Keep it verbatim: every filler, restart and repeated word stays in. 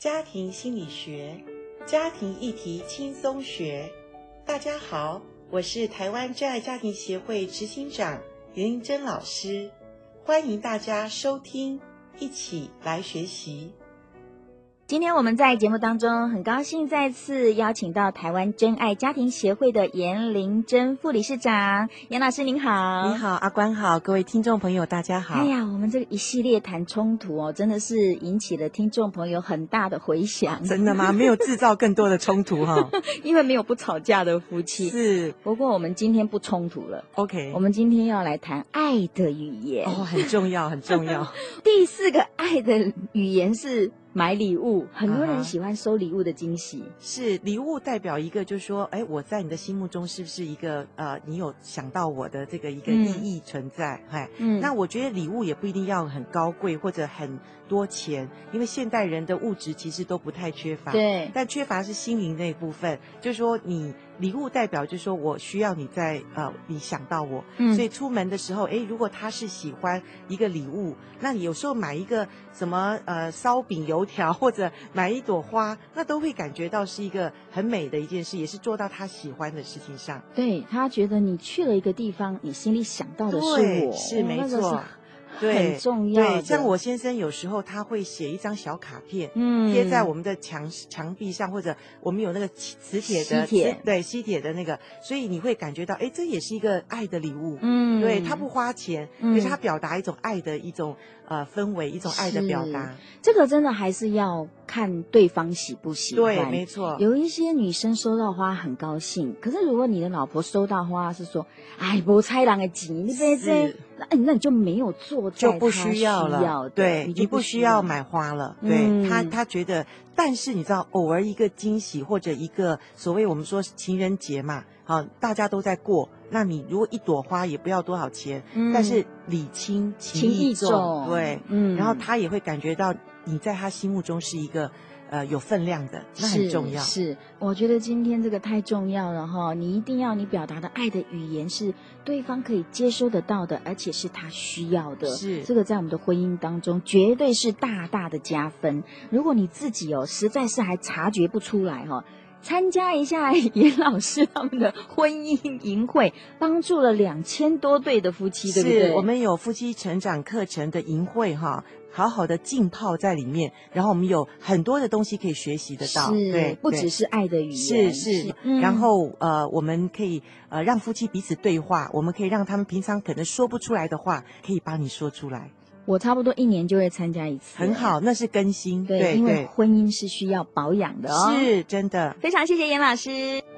家庭心理学，家庭议题轻松学。大家好，我是台湾真爱家庭协会执行长严玲珍老师，欢迎大家收听，一起来学习。 今天我们在节目当中很高兴再次邀请到台湾真爱家庭协会的严玲珍副理事长。严老师您好。 你好，阿关好，各位听众朋友大家好。 哎呀，我们这个一系列谈冲突哦，真的是引起了听众朋友很大的回响。 真的吗？没有制造更多的冲突哈、哦？ 因为没有不吵架的夫妻。 是。 不过我们今天不冲突了 OK， 我们今天要来谈爱的语言。 哦，很重要很重要。 第四个爱的语言是买礼物，很多人喜欢收礼物的惊喜。 Uh-huh. 是，礼物代表一个就是说，哎，我在你的心目中是不是一个呃，你有想到我的这个一个意义存在？哎、嗯，那我觉得礼物也不一定要很高贵或者很多钱，因为现代人的物质其实都不太缺乏。 对， 但缺乏是心灵那一部分，就是说你礼物代表就是说我需要你在呃，你想到我，嗯，所以出门的时候，哎，如果他是喜欢一个礼物，那你有时候买一个什么呃烧饼油条或者买一朵花，那都会感觉到是一个很美的一件事，也是做到他喜欢的事情上。 对，他觉得你去了一个地方，你心里想到的是我， 是没错。 哦对，很重要的。 对，像我先生有时候他会写一张小卡片，嗯，贴在我们的墙墙壁上，或者我们有那个磁铁的， 吸铁， 对，吸铁的那个，所以你会感觉到，哎，这也是一个爱的礼物，嗯，对，他不花钱，嗯，可是他表达一种爱的一种呃氛围，一种爱的表达。 这个真的还是要看对方喜不喜欢， 对，没错。 有一些女生收到花很高兴，可是如果你的老婆收到花是说，哎，不猜人的钱，你别这。那那你就没有做在就不需要了，对，你不需要买花了，对、嗯、他他觉得，但是你知道，偶尔一个惊喜或者一个所谓我们说情人节嘛，好，大家都在过，那你如果一朵花也不要多少钱，嗯、但是礼轻情意重，对，嗯，然后他也会感觉到你在他心目中是一个。呃，有分量的，那很重要。 是，是我觉得今天这个太重要了哈！你一定要你表达的爱的语言是对方可以接收得到的，而且是他需要的。 是， 这个在我们的婚姻当中绝对是大大的加分。如果你自己哦，实在是还察觉不出来哈、哦。参加一下严老师他们的婚姻营会，帮助了两千多对的夫妻，对不对？ 是，我们有夫妻成长课程的营会哈。好好的浸泡在里面，然后我们有很多的东西可以学习得到，对， 不只是爱的语言， 是是，是嗯、然后呃，我们可以呃让夫妻彼此对话，我们可以让他们平常可能说不出来的话，可以帮你说出来。 我差不多一年就会参加一次， 很好，那是更新， 对， 对， 因为婚姻是需要保养的哦， 是真的。 非常谢谢严老师。